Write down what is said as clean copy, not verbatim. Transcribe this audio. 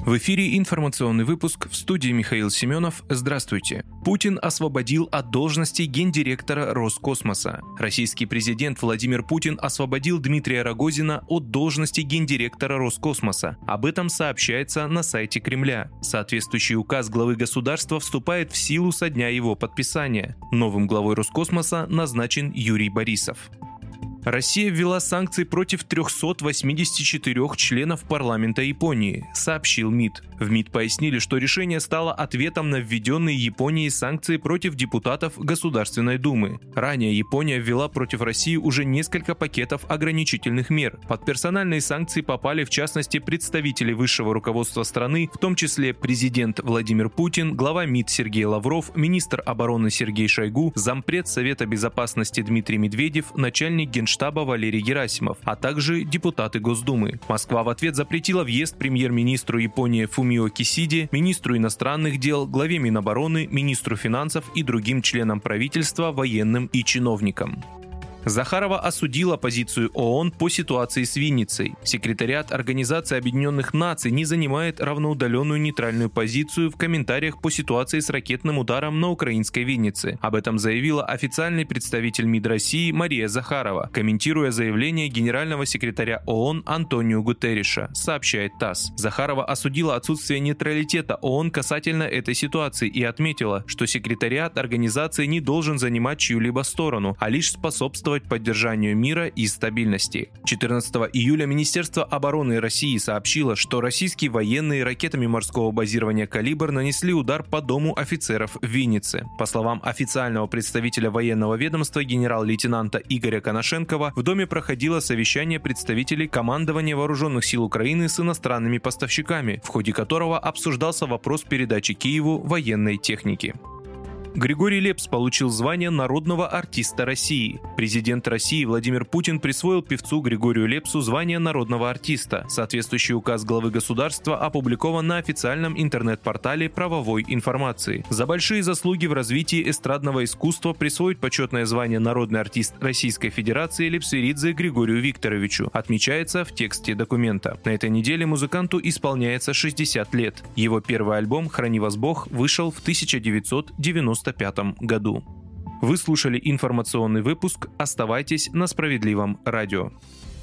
В эфире информационный выпуск, в студии Михаил Семенов. Здравствуйте. Путин освободил от должности гендиректора Роскосмоса. Российский президент Владимир Путин освободил Дмитрия Рогозина от должности гендиректора Роскосмоса. Об этом сообщается на сайте Кремля. Соответствующий указ главы государства вступает в силу со дня его подписания. Новым главой Роскосмоса назначен Юрий Борисов. Россия ввела санкции против 384 членов парламента Японии, сообщил МИД. В МИД пояснили, что решение стало ответом на введенные Японией санкции против депутатов Государственной Думы. Ранее Япония ввела против России уже несколько пакетов ограничительных мер. Под персональные санкции попали в частности представители высшего руководства страны, в том числе президент Владимир Путин, глава МИД Сергей Лавров, министр обороны Сергей Шойгу, зампред Совета Безопасности Дмитрий Медведев, начальник Генштаба Валерий Герасимов, а также депутаты Госдумы. Москва в ответ запретила въезд премьер-министру Японии Фумио Кисиде, министру иностранных дел, главе Минобороны, министру финансов и другим членам правительства, военным и чиновникам. Захарова осудила позицию ООН по ситуации с Винницей. Секретариат Организации Объединенных Наций не занимает равноудаленную нейтральную позицию в комментариях по ситуации с ракетным ударом на украинской Виннице. Об этом заявила официальный представитель МИД России Мария Захарова, комментируя заявление генерального секретаря ООН Антонио Гутерриша, сообщает ТАСС. Захарова осудила отсутствие нейтралитета ООН касательно этой ситуации и отметила, что секретариат организации не должен занимать чью-либо сторону, а лишь способствовать поддержанию мира и стабильности. 14 июля Министерство обороны России сообщило, что российские военные ракетами морского базирования «Калибр» нанесли удар по дому офицеров в Виннице. По словам официального представителя военного ведомства генерал-лейтенанта Игоря Коношенкова, в доме проходило совещание представителей командования Вооруженных сил Украины с иностранными поставщиками, в ходе которого обсуждался вопрос передачи Киеву военной техники. Григорий Лепс получил звание народного артиста России. Президент России Владимир Путин присвоил певцу Григорию Лепсу звание народного артиста. Соответствующий указ главы государства опубликован на официальном интернет-портале правовой информации. За большие заслуги в развитии эстрадного искусства присвоить почетное звание народный артист Российской Федерации Лепсеридзе Григорию Викторовичу, отмечается в тексте документа. На этой неделе музыканту исполняется 60 лет. Его первый альбом «Храни вас Бог» вышел в 1995 году. Вы слушали информационный выпуск. Оставайтесь на Справедливом радио.